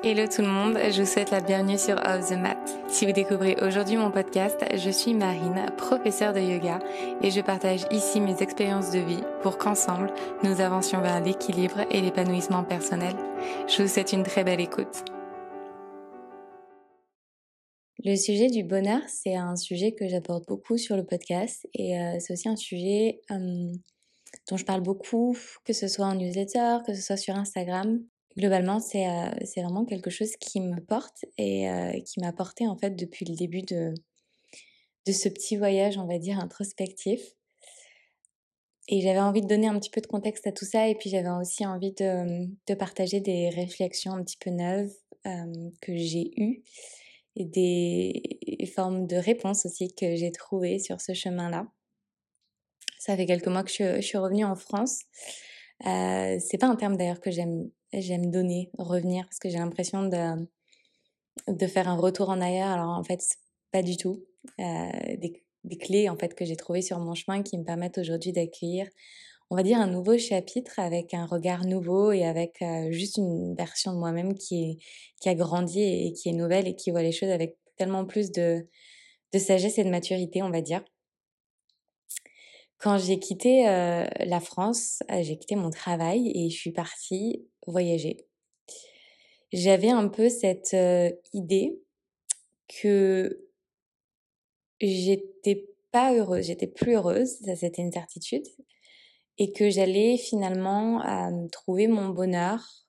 Hello tout le monde, je vous souhaite la bienvenue sur Off the Mat. Si vous découvrez aujourd'hui mon podcast, je suis Marine, professeure de yoga, et je partage ici mes expériences de vie pour qu'ensemble, nous avancions vers l'équilibre et l'épanouissement personnel. Je vous souhaite une très belle écoute. Le sujet du bonheur, c'est un sujet que j'aborde beaucoup sur le podcast et c'est aussi un sujet dont je parle beaucoup, que ce soit en newsletter, que ce soit sur Instagram. Globalement, c'est vraiment quelque chose qui me porte et qui m'a porté en fait depuis le début de ce petit voyage, on va dire, introspectif. Et j'avais envie de donner un petit peu de contexte à tout ça et puis j'avais aussi envie de partager des réflexions un petit peu neuves que j'ai eues et des formes de réponses aussi que j'ai trouvées sur ce chemin-là. Ça fait quelques mois que je suis revenue en France. C'est pas un terme d'ailleurs que j'aime donner, revenir, parce que j'ai l'impression de faire un retour en arrière. Alors en fait, pas du tout. Des clés en fait que j'ai trouvées sur mon chemin qui me permettent aujourd'hui d'accueillir, on va dire, un nouveau chapitre avec un regard nouveau et avec juste une version de moi-même qui a grandi et qui est nouvelle et qui voit les choses avec tellement plus de sagesse et de maturité, on va dire. Quand j'ai quitté la France, j'ai quitté mon travail et je suis partie voyager. J'avais un peu cette idée que j'étais pas heureuse, j'étais plus heureuse, ça c'était une certitude, et que j'allais finalement trouver mon bonheur,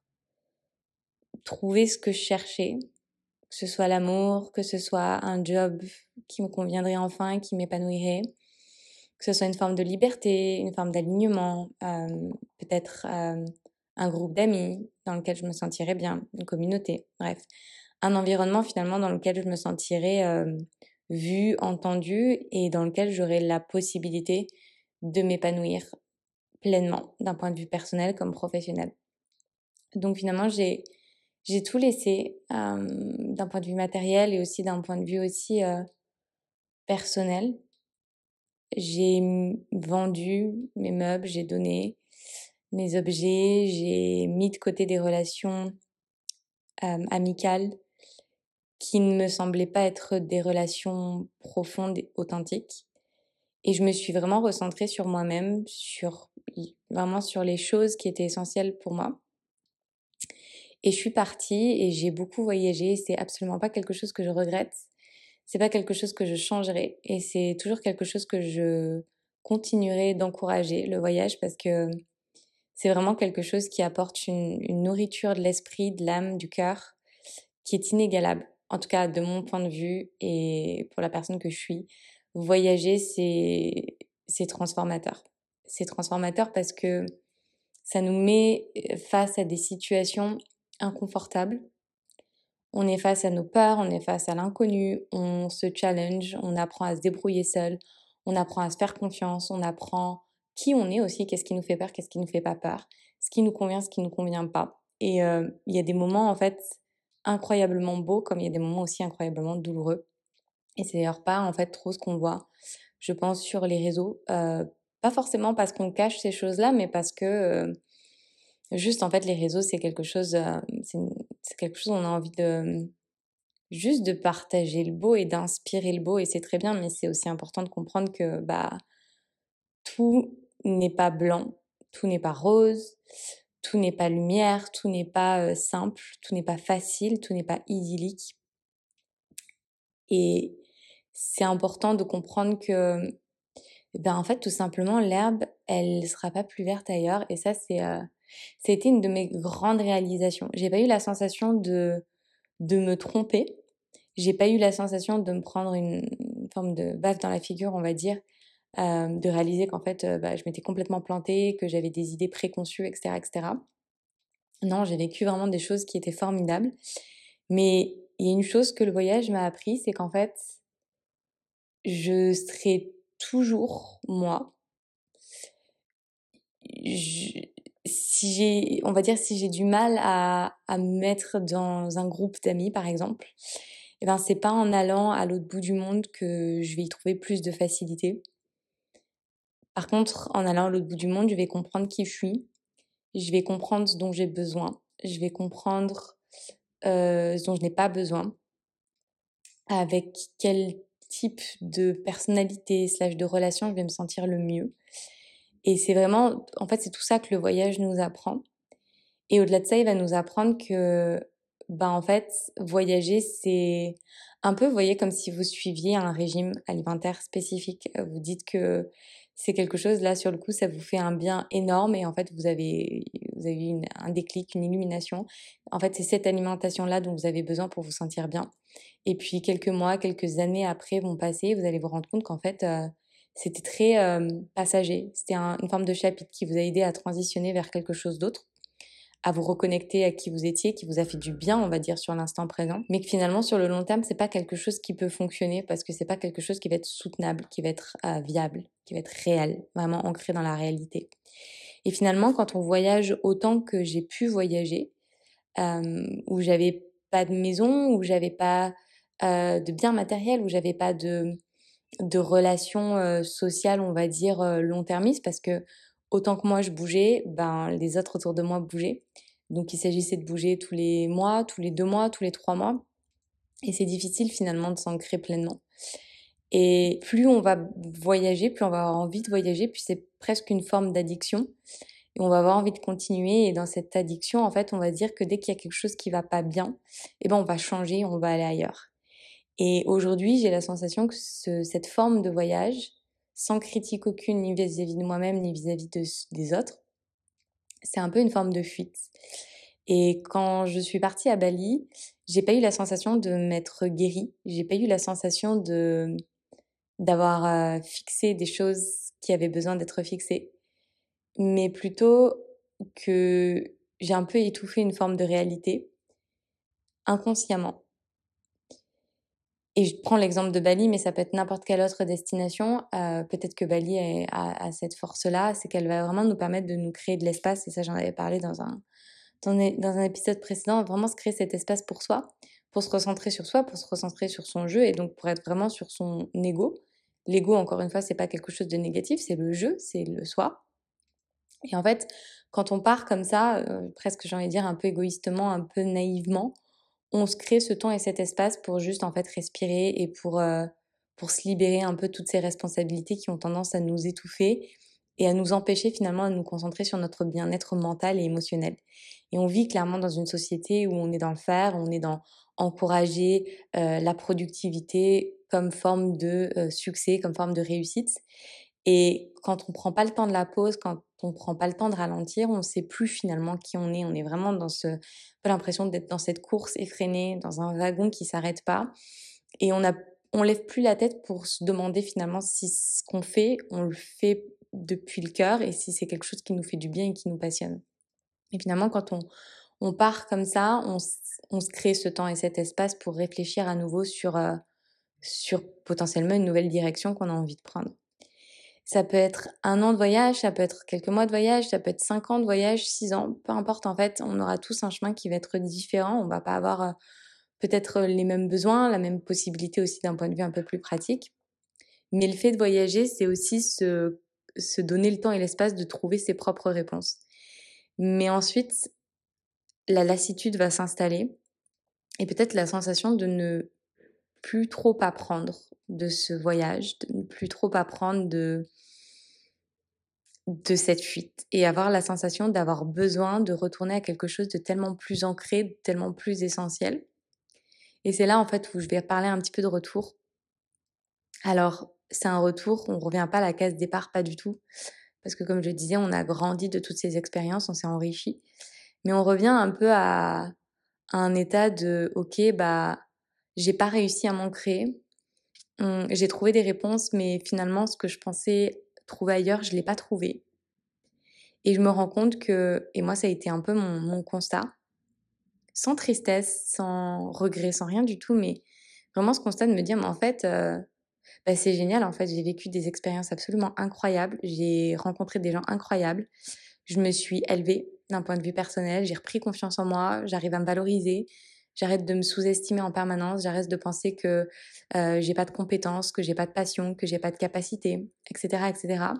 trouver ce que je cherchais, que ce soit l'amour, que ce soit un job qui me conviendrait enfin, qui m'épanouirait, que ce soit une forme de liberté, une forme d'alignement, peut-être un groupe d'amis dans lequel je me sentirais bien, une communauté, bref. Un environnement finalement dans lequel je me sentirais vue, entendue et dans lequel j'aurais la possibilité de m'épanouir pleinement d'un point de vue personnel comme professionnel. Donc finalement, j'ai tout laissé d'un point de vue matériel et aussi d'un point de vue aussi personnel. J'ai vendu mes meubles, j'ai donné mes objets, j'ai mis de côté des relations amicales qui ne me semblaient pas être des relations profondes et authentiques. Et je me suis vraiment recentrée sur moi-même, vraiment sur les choses qui étaient essentielles pour moi. Et je suis partie et j'ai beaucoup voyagé. C'est absolument pas quelque chose que je regrette. C'est pas quelque chose que je changerai. Et c'est toujours quelque chose que je continuerai d'encourager, le voyage, parce que c'est vraiment quelque chose qui apporte une nourriture de l'esprit, de l'âme, du cœur, qui est inégalable. En tout cas, de mon point de vue et pour la personne que je suis, voyager, c'est transformateur. C'est transformateur parce que ça nous met face à des situations inconfortables. On est face à nos peurs, on est face à l'inconnu, on se challenge, on apprend à se débrouiller seul, on apprend à se faire confiance, on apprend qui on est aussi, qu'est-ce qui nous fait peur, qu'est-ce qui nous fait pas peur, ce qui nous convient, ce qui nous convient pas. Et il y a des moments en fait incroyablement beaux comme il y a des moments aussi incroyablement douloureux. Et c'est d'ailleurs pas en fait trop ce qu'on voit, je pense, sur les réseaux. Pas forcément parce qu'on cache ces choses-là, mais parce que juste en fait les réseaux c'est quelque chose, c'est quelque chose où on a envie de juste de partager le beau et d'inspirer le beau et c'est très bien, mais c'est aussi important de comprendre que bah tout n'est pas blanc, tout n'est pas rose, tout n'est pas lumière, tout n'est pas simple, tout n'est pas facile, tout n'est pas idyllique. Et c'est important de comprendre que, ben, en fait, tout simplement, l'herbe, elle sera pas plus verte ailleurs. Et ça, ça a été une de mes grandes réalisations. J'ai pas eu la sensation de me tromper. J'ai pas eu la sensation de me prendre une forme de baffe dans la figure, on va dire, de réaliser qu'en fait, bah, je m'étais complètement plantée, que j'avais des idées préconçues, etc., etc. Non, j'ai vécu vraiment des choses qui étaient formidables. Mais il y a une chose que le voyage m'a appris, c'est qu'en fait, je serai toujours moi. Je Si on va dire, si j'ai du mal à me mettre dans un groupe d'amis, par exemple, et ben, c'est pas en allant à l'autre bout du monde que je vais y trouver plus de facilité. Par contre, en allant à l'autre bout du monde, je vais comprendre qui je suis, je vais comprendre ce dont j'ai besoin, je vais comprendre dont je n'ai pas besoin, avec quel type de personnalité slash de relation je vais me sentir le mieux. Et c'est vraiment, en fait, c'est tout ça que le voyage nous apprend. Et au-delà de ça, il va nous apprendre que, ben, en fait, voyager, c'est un peu, vous voyez, comme si vous suiviez un régime alimentaire spécifique. Vous dites que c'est quelque chose, là, sur le coup, ça vous fait un bien énorme et en fait, vous avez eu un déclic, une illumination. En fait, c'est cette alimentation-là dont vous avez besoin pour vous sentir bien. Et puis, quelques mois, quelques années après vont passer, vous allez vous rendre compte qu'en fait, c'était très passager. C'était une forme de chapitre qui vous a aidé à transitionner vers quelque chose d'autre, à vous reconnecter à qui vous étiez, qui vous a fait du bien, on va dire, sur l'instant présent. Mais que finalement, sur le long terme, c'est pas quelque chose qui peut fonctionner parce que c'est pas quelque chose qui va être soutenable, qui va être viable, qui va être réel, vraiment ancré dans la réalité. Et finalement, quand on voyage autant que j'ai pu voyager, où j'avais pas de maison, où j'avais pas de biens matériels, où j'avais pas de relations sociales, on va dire, long-termistes, parce que autant que moi je bougeais, ben, les autres autour de moi bougeaient. Donc il s'agissait de bouger tous les mois, tous les 2 mois, tous les 3 mois. Et c'est difficile finalement de s'ancrer pleinement. Et plus on va voyager, plus on va avoir envie de voyager, puis c'est presque une forme d'addiction. Et on va avoir envie de continuer. Et dans cette addiction, en fait, on va dire que dès qu'il y a quelque chose qui va pas bien, eh ben, on va changer, on va aller ailleurs. Et aujourd'hui, j'ai la sensation que cette forme de voyage, sans critique aucune, ni vis-à-vis de moi-même, ni vis-à-vis des autres, c'est un peu une forme de fuite. Et quand je suis partie à Bali, j'ai pas eu la sensation de m'être guérie. J'ai pas eu la sensation d'avoir fixé des choses qui avaient besoin d'être fixées, mais plutôt que j'ai un peu étouffé une forme de réalité inconsciemment. Et je prends l'exemple de Bali, mais ça peut être n'importe quelle autre destination. Peut-être que Bali a cette force-là, c'est qu'elle va vraiment nous permettre de nous créer de l'espace. Et ça, j'en avais parlé dans un épisode précédent. Vraiment se créer cet espace pour soi, pour se recentrer sur soi, pour se recentrer sur son jeu et donc pour être vraiment sur son ego. L'ego, encore une fois, c'est pas quelque chose de négatif, c'est le jeu, c'est le soi. Et en fait, quand on part comme ça, presque j'ai envie de dire un peu égoïstement, un peu naïvement, on se crée ce temps et cet espace pour juste en fait respirer et pour se libérer un peu de toutes ces responsabilités qui ont tendance à nous étouffer et à nous empêcher finalement de nous concentrer sur notre bien-être mental et émotionnel. Et on vit clairement dans une société où on est dans le faire, on est dans encourager la productivité comme forme de succès, comme forme de réussite. Et quand on prend pas le temps de la pause, quand on prend pas le temps de ralentir, on sait plus finalement qui on est. On est vraiment dans peu l'impression d'être dans cette course effrénée, dans un wagon qui s'arrête pas. Et on lève plus la tête pour se demander finalement si ce qu'on fait, on le fait depuis le cœur et si c'est quelque chose qui nous fait du bien et qui nous passionne. Et finalement, quand on part comme ça, on se crée ce temps et cet espace pour réfléchir à nouveau sur potentiellement une nouvelle direction qu'on a envie de prendre. Ça peut être 1 an de voyage, ça peut être quelques mois de voyage, ça peut être 5 ans de voyage, 6 ans, peu importe en fait, on aura tous un chemin qui va être différent. On va pas avoir, peut-être, les mêmes besoins, la même possibilité aussi d'un point de vue un peu plus pratique. Mais le fait de voyager, c'est aussi se donner le temps et l'espace de trouver ses propres réponses. Mais ensuite, la lassitude va s'installer et peut-être la sensation de ne plus trop apprendre de ce voyage, de ne plus trop apprendre de cette fuite et avoir la sensation d'avoir besoin de retourner à quelque chose de tellement plus ancré, de tellement plus essentiel. Et c'est là, en fait, où je vais parler un petit peu de retour. Alors, c'est un retour, on revient pas à la case départ, pas du tout. Parce que comme je le disais, on a grandi de toutes ces expériences, on s'est enrichi. Mais on revient un peu à un état de, OK, bah, j'ai pas réussi à m'ancrer. J'ai trouvé des réponses, mais finalement, ce que je pensais trouver ailleurs, je l'ai pas trouvé. Et je me rends compte que, et moi ça a été un peu mon constat, sans tristesse, sans regret, sans rien du tout, mais vraiment ce constat de me dire, mais en fait, bah, c'est génial, en fait, j'ai vécu des expériences absolument incroyables, j'ai rencontré des gens incroyables, je me suis élevée d'un point de vue personnel, j'ai repris confiance en moi, j'arrive à me valoriser, j'arrête de me sous-estimer en permanence, j'arrête de penser que j'ai pas de compétences, que j'ai pas de passion, que j'ai pas de capacité, etc., etc.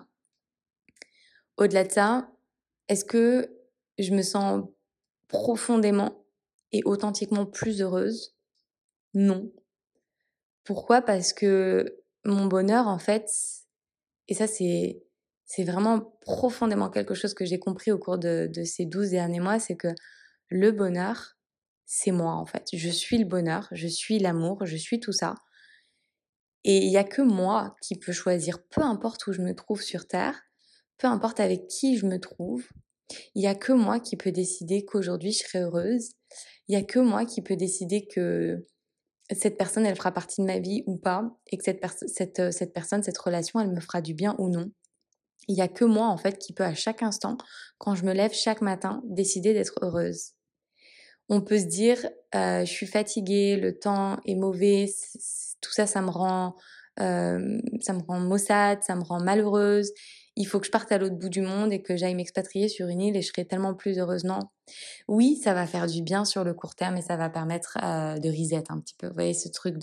Au-delà de ça, est-ce que je me sens profondément et authentiquement plus heureuse? Non. Pourquoi? Parce que mon bonheur, en fait, et ça, c'est vraiment profondément quelque chose que j'ai compris au cours de ces 12 derniers mois, c'est que le bonheur, c'est moi, en fait. Je suis le bonheur, je suis l'amour, je suis tout ça. Et il y a que moi qui peux choisir, peu importe où je me trouve sur terre, peu importe avec qui je me trouve, il y a que moi qui peux décider qu'aujourd'hui je serai heureuse. Il y a que moi qui peux décider que cette personne, elle fera partie de ma vie ou pas, et que cette personne, cette relation, elle me fera du bien ou non. Il y a que moi, en fait, qui peut à chaque instant, quand je me lève chaque matin, décider d'être heureuse. On peut se dire, je suis fatiguée, le temps est mauvais, tout ça, ça me rend maussade, ça me rend malheureuse. Il faut que je parte à l'autre bout du monde et que j'aille m'expatrier sur une île et je serai tellement plus heureuse. Non. Oui, ça va faire du bien sur le court terme et ça va permettre de reset un petit peu. Vous voyez, ce truc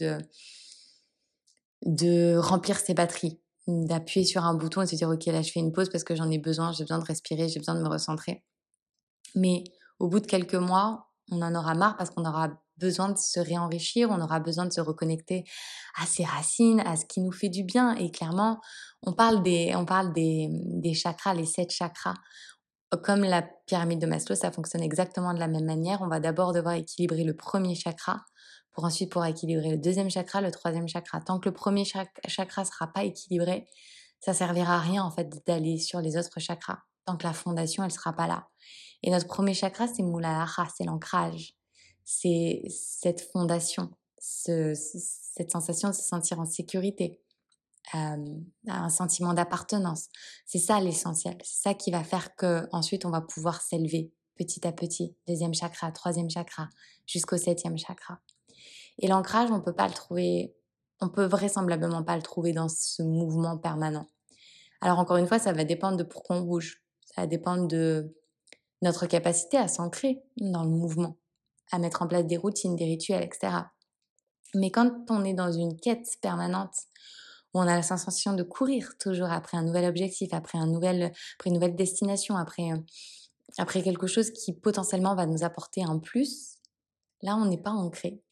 de remplir ses batteries, d'appuyer sur un bouton et se dire, ok, là, je fais une pause parce que j'en ai besoin, j'ai besoin de respirer, j'ai besoin de me recentrer. Mais au bout de quelques mois, on en aura marre parce qu'on aura besoin de se réenrichir, on aura besoin de se reconnecter à ses racines, à ce qui nous fait du bien. Et clairement, on parle des chakras, les 7 chakras. Comme la pyramide de Maslow, ça fonctionne exactement de la même manière. On va d'abord devoir équilibrer le premier chakra pour ensuite pouvoir équilibrer le deuxième chakra, le troisième chakra. Tant que le premier chakra sera pas équilibré, ça servira à rien en fait d'aller sur les autres chakras. Tant que la fondation, elle sera pas là. Et notre premier chakra, c'est Muladhara, c'est l'ancrage. C'est cette fondation, cette sensation de se sentir en sécurité, un sentiment d'appartenance. C'est ça l'essentiel. C'est ça qui va faire que ensuite on va pouvoir s'élever petit à petit, deuxième chakra, troisième chakra, jusqu'au septième chakra. Et l'ancrage, on peut pas le trouver, on peut vraisemblablement pas le trouver dans ce mouvement permanent. Alors encore une fois, ça va dépendre de pourquoi on bouge. Ça va dépendre de notre capacité à s'ancrer dans le mouvement, à mettre en place des routines, des rituels, etc. Mais quand on est dans une quête permanente, où on a la sensation de courir toujours après un nouvel objectif, après une nouvelle destination, après quelque chose qui potentiellement va nous apporter un plus, là on n'est pas ancré.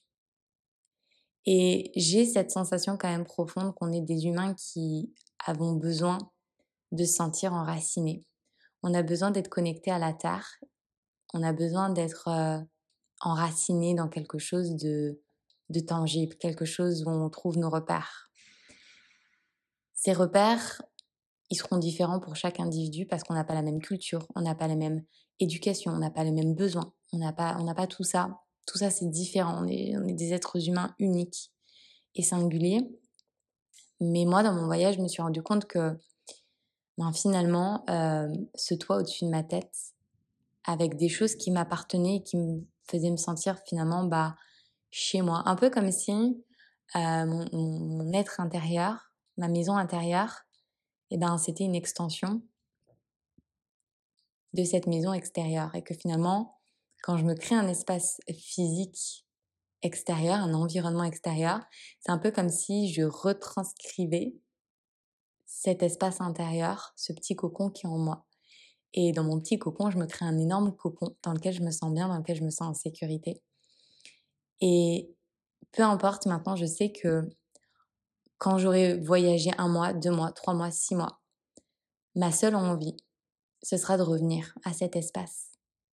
Et j'ai cette sensation quand même profonde qu'on est des humains qui avons besoin de se sentir enracinés. On a besoin d'être connectés à la terre, on a besoin d'être enracinés dans quelque chose de tangible, quelque chose où on trouve nos repères. Ces repères, ils seront différents pour chaque individu parce qu'on n'a pas la même culture, on n'a pas la même éducation, on n'a pas les mêmes besoins, on n'a pas tout ça. Tout ça, c'est différent. On est des êtres humains uniques et singuliers. Mais moi, dans mon voyage, je me suis rendu compte que finalement, ce toit au-dessus de ma tête, avec des choses qui m'appartenaient et qui me faisaient me sentir finalement chez moi. Un peu comme si mon être intérieur, ma maison intérieure, c'était une extension de cette maison extérieure. Et que finalement, quand je me crée un espace physique extérieur, un environnement extérieur, c'est un peu comme si je retranscrivais cet espace intérieur, ce petit cocon qui est en moi. Et dans mon petit cocon, je me crée un énorme cocon dans lequel je me sens bien, dans lequel je me sens en sécurité. Et peu importe, maintenant, je sais que quand j'aurai voyagé 1 mois, 2 mois, 3 mois, 6 mois, ma seule envie, ce sera de revenir à cet espace.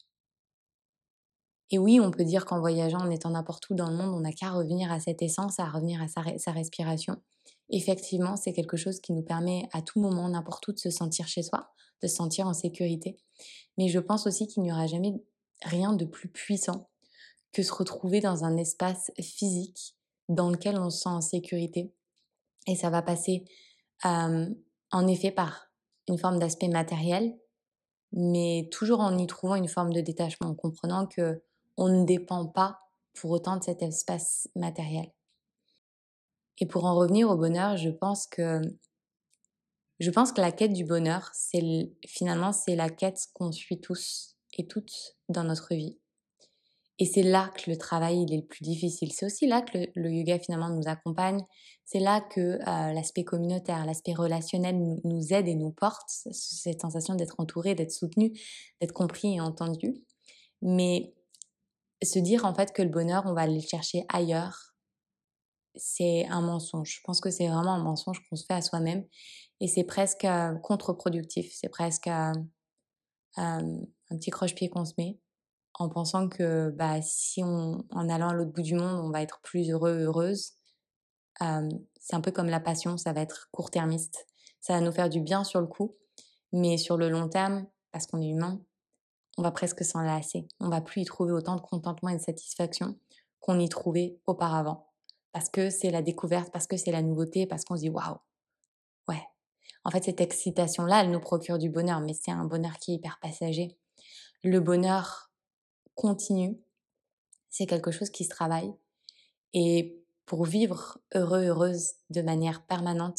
Et oui, on peut dire qu'en voyageant, en étant n'importe où dans le monde, on n'a qu'à revenir à cette essence, à revenir à sa respiration. Effectivement, c'est quelque chose qui nous permet à tout moment, n'importe où, de se sentir chez soi, de se sentir en sécurité. Mais je pense aussi qu'il n'y aura jamais rien de plus puissant que se retrouver dans un espace physique dans lequel on se sent en sécurité. Et ça va passer en effet par une forme d'aspect matériel, mais toujours en y trouvant une forme de détachement, en comprenant que on ne dépend pas pour autant de cet espace matériel. Et pour en revenir au bonheur, je pense que la quête du bonheur, finalement, c'est la quête qu'on suit tous et toutes dans notre vie. Et c'est là que le travail il est le plus difficile. C'est aussi là que le yoga finalement nous accompagne. C'est là que l'aspect communautaire, l'aspect relationnel nous aide et nous porte. Cette sensation d'être entouré, d'être soutenu, d'être compris et entendu. Mais se dire en fait que le bonheur, on va aller le chercher ailleurs, c'est un mensonge. Je pense que c'est vraiment un mensonge qu'on se fait à soi-même et c'est presque, contre-productif. C'est presque, un petit croche-pied qu'on se met en pensant que, bah, si en allant à l'autre bout du monde, on va être plus heureux, heureuse. C'est un peu comme la passion, ça va être court-termiste. Ça va nous faire du bien sur le coup, mais sur le long terme, parce qu'on est humain, on va presque s'en lasser. On va plus y trouver autant de contentement et de satisfaction qu'on y trouvait auparavant. Parce que c'est la découverte, parce que c'est la nouveauté, parce qu'on se dit waouh, ouais. En fait, cette excitation-là, elle nous procure du bonheur, mais c'est un bonheur qui est hyper passager. Le bonheur continu, c'est quelque chose qui se travaille. Et pour vivre heureux, heureuse de manière permanente,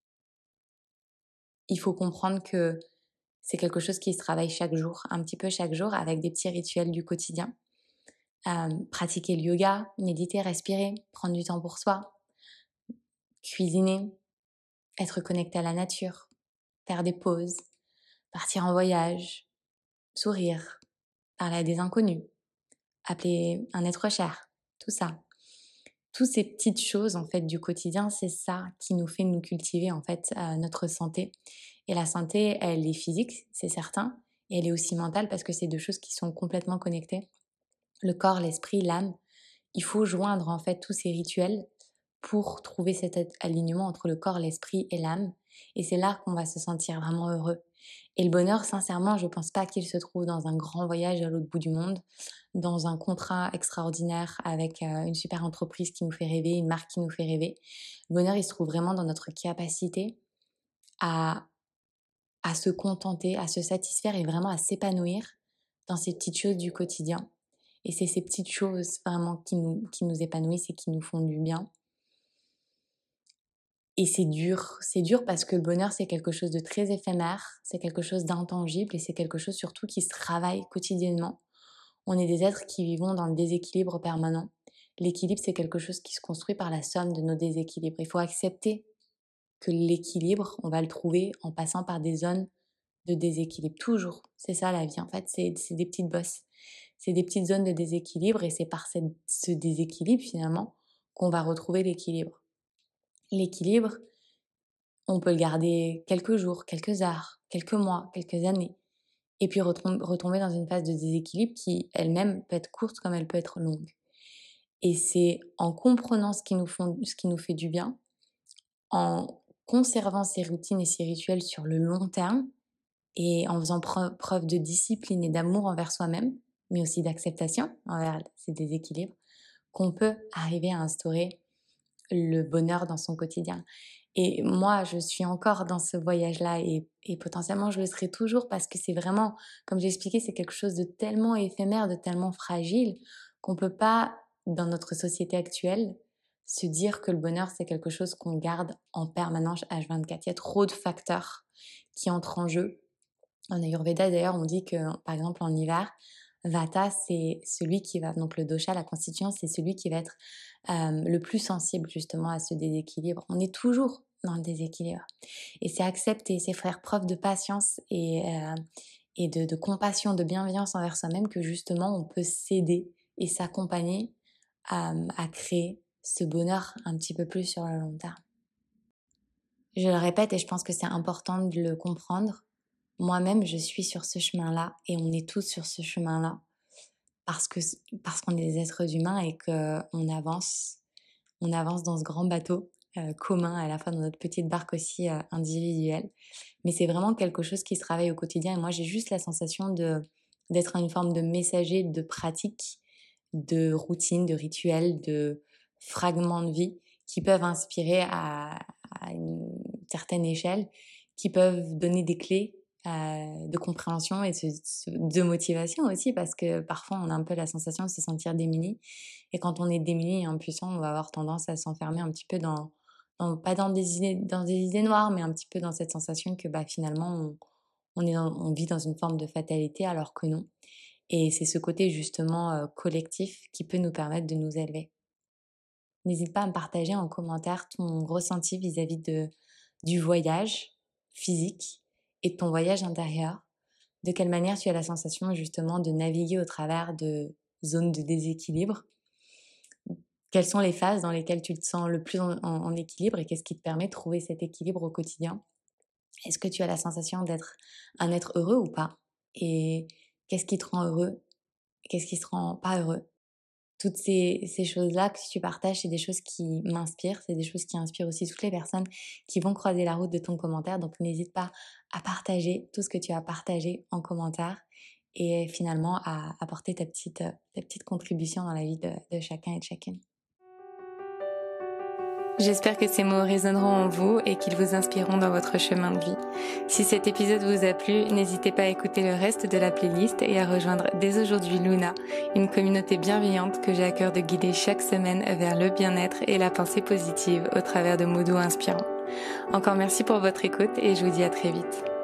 il faut comprendre que c'est quelque chose qui se travaille chaque jour, un petit peu chaque jour, avec des petits rituels du quotidien. Pratiquer le yoga, méditer, respirer, prendre du temps pour soi, cuisiner, être connecté à la nature, faire des pauses, partir en voyage, sourire, parler à des inconnus, appeler un être cher, tout ça. Toutes ces petites choses en fait du quotidien, c'est ça qui nous fait nous cultiver en fait notre santé. Et la santé, elle est physique, c'est certain, et elle est aussi mentale parce que c'est deux choses qui sont complètement connectées. Le corps, l'esprit, l'âme. Il faut joindre en fait tous ces rituels pour trouver cet alignement entre le corps, l'esprit et l'âme. Et c'est là qu'on va se sentir vraiment heureux. Et le bonheur, sincèrement, je ne pense pas qu'il se trouve dans un grand voyage à l'autre bout du monde, dans un contrat extraordinaire avec une super entreprise qui nous fait rêver, une marque qui nous fait rêver. Le bonheur, il se trouve vraiment dans notre capacité à, à se contenter, à se satisfaire et vraiment à s'épanouir dans ces petites choses du quotidien. Et c'est ces petites choses vraiment qui nous épanouissent et qui nous font du bien. Et c'est dur parce que le bonheur, c'est quelque chose de très éphémère, c'est quelque chose d'intangible et c'est quelque chose surtout qui se travaille quotidiennement. On est des êtres qui vivons dans le déséquilibre permanent. L'équilibre, c'est quelque chose qui se construit par la somme de nos déséquilibres. Il faut accepter que l'équilibre, on va le trouver en passant par des zones de déséquilibre. Toujours. C'est ça la vie, en fait. C'est des petites bosses. C'est des petites zones de déséquilibre et c'est par ce déséquilibre, finalement, qu'on va retrouver l'équilibre. L'équilibre, on peut le garder quelques jours, quelques heures, quelques mois, quelques années. Et puis retomber dans une phase de déséquilibre qui elle-même peut être courte comme elle peut être longue. Et c'est en comprenant ce qui nous fait du bien, en conservant ces routines et ces rituels sur le long terme et en faisant preuve de discipline et d'amour envers soi-même, mais aussi d'acceptation envers ces déséquilibres, qu'on peut arriver à instaurer le bonheur dans son quotidien. Et moi, je suis encore dans ce voyage-là et potentiellement je le serai toujours parce que c'est vraiment, comme j'ai expliqué, c'est quelque chose de tellement éphémère, de tellement fragile qu'on peut pas, dans notre société actuelle, se dire que le bonheur, c'est quelque chose qu'on garde en permanence H24. Il y a trop de facteurs qui entrent en jeu. En Ayurveda, d'ailleurs, on dit que, par exemple, en hiver, Vata, c'est celui qui va, donc le dosha, la constitution, c'est celui qui va être le plus sensible justement à ce déséquilibre. On est toujours dans le déséquilibre. Et c'est accepter, c'est faire preuve de patience et de compassion, de bienveillance envers soi-même que justement on peut s'aider et s'accompagner à créer ce bonheur un petit peu plus sur le long terme. Je le répète et je pense que c'est important de le comprendre. Moi-même, je suis sur ce chemin-là et on est tous sur ce chemin-là parce que parce qu'on est des êtres humains et qu'on avance, on avance dans ce grand bateau commun, à la fois dans notre petite barque aussi individuelle. Mais c'est vraiment quelque chose qui se travaille au quotidien et moi, j'ai juste la sensation d'être une forme de messager de pratique, de routine, de rituel, de fragments de vie qui peuvent inspirer à une certaine échelle, qui peuvent donner des clés de compréhension et de motivation aussi, parce que parfois on a un peu la sensation de se sentir démuni. Et quand on est démuni et impuissant, on va avoir tendance à s'enfermer un petit peu pas dans des idées noires, mais un petit peu dans cette sensation que bah, finalement on vit dans une forme de fatalité alors que non. Et c'est ce côté justement collectif qui peut nous permettre de nous élever. N'hésite pas à me partager en commentaire ton ressenti vis-à-vis du voyage physique et de ton voyage intérieur. De quelle manière tu as la sensation justement de naviguer au travers de zones de déséquilibre. Quelles sont les phases dans lesquelles tu te sens le plus en équilibre et qu'est-ce qui te permet de trouver cet équilibre au quotidien? Est-ce que tu as la sensation d'être un être heureux ou pas? Et qu'est-ce qui te rend heureux? Qu'est-ce qui te rend pas heureux? Toutes ces choses-là que tu partages, c'est des choses qui m'inspirent, c'est des choses qui inspirent aussi toutes les personnes qui vont croiser la route de ton commentaire. Donc n'hésite pas à partager tout ce que tu as partagé en commentaire et finalement à apporter ta petite contribution dans la vie de chacun et de chacune. J'espère que ces mots résonneront en vous et qu'ils vous inspireront dans votre chemin de vie. Si cet épisode vous a plu, n'hésitez pas à écouter le reste de la playlist et à rejoindre dès aujourd'hui Luna, une communauté bienveillante que j'ai à cœur de guider chaque semaine vers le bien-être et la pensée positive au travers de mots doux inspirants. Encore merci pour votre écoute et je vous dis à très vite.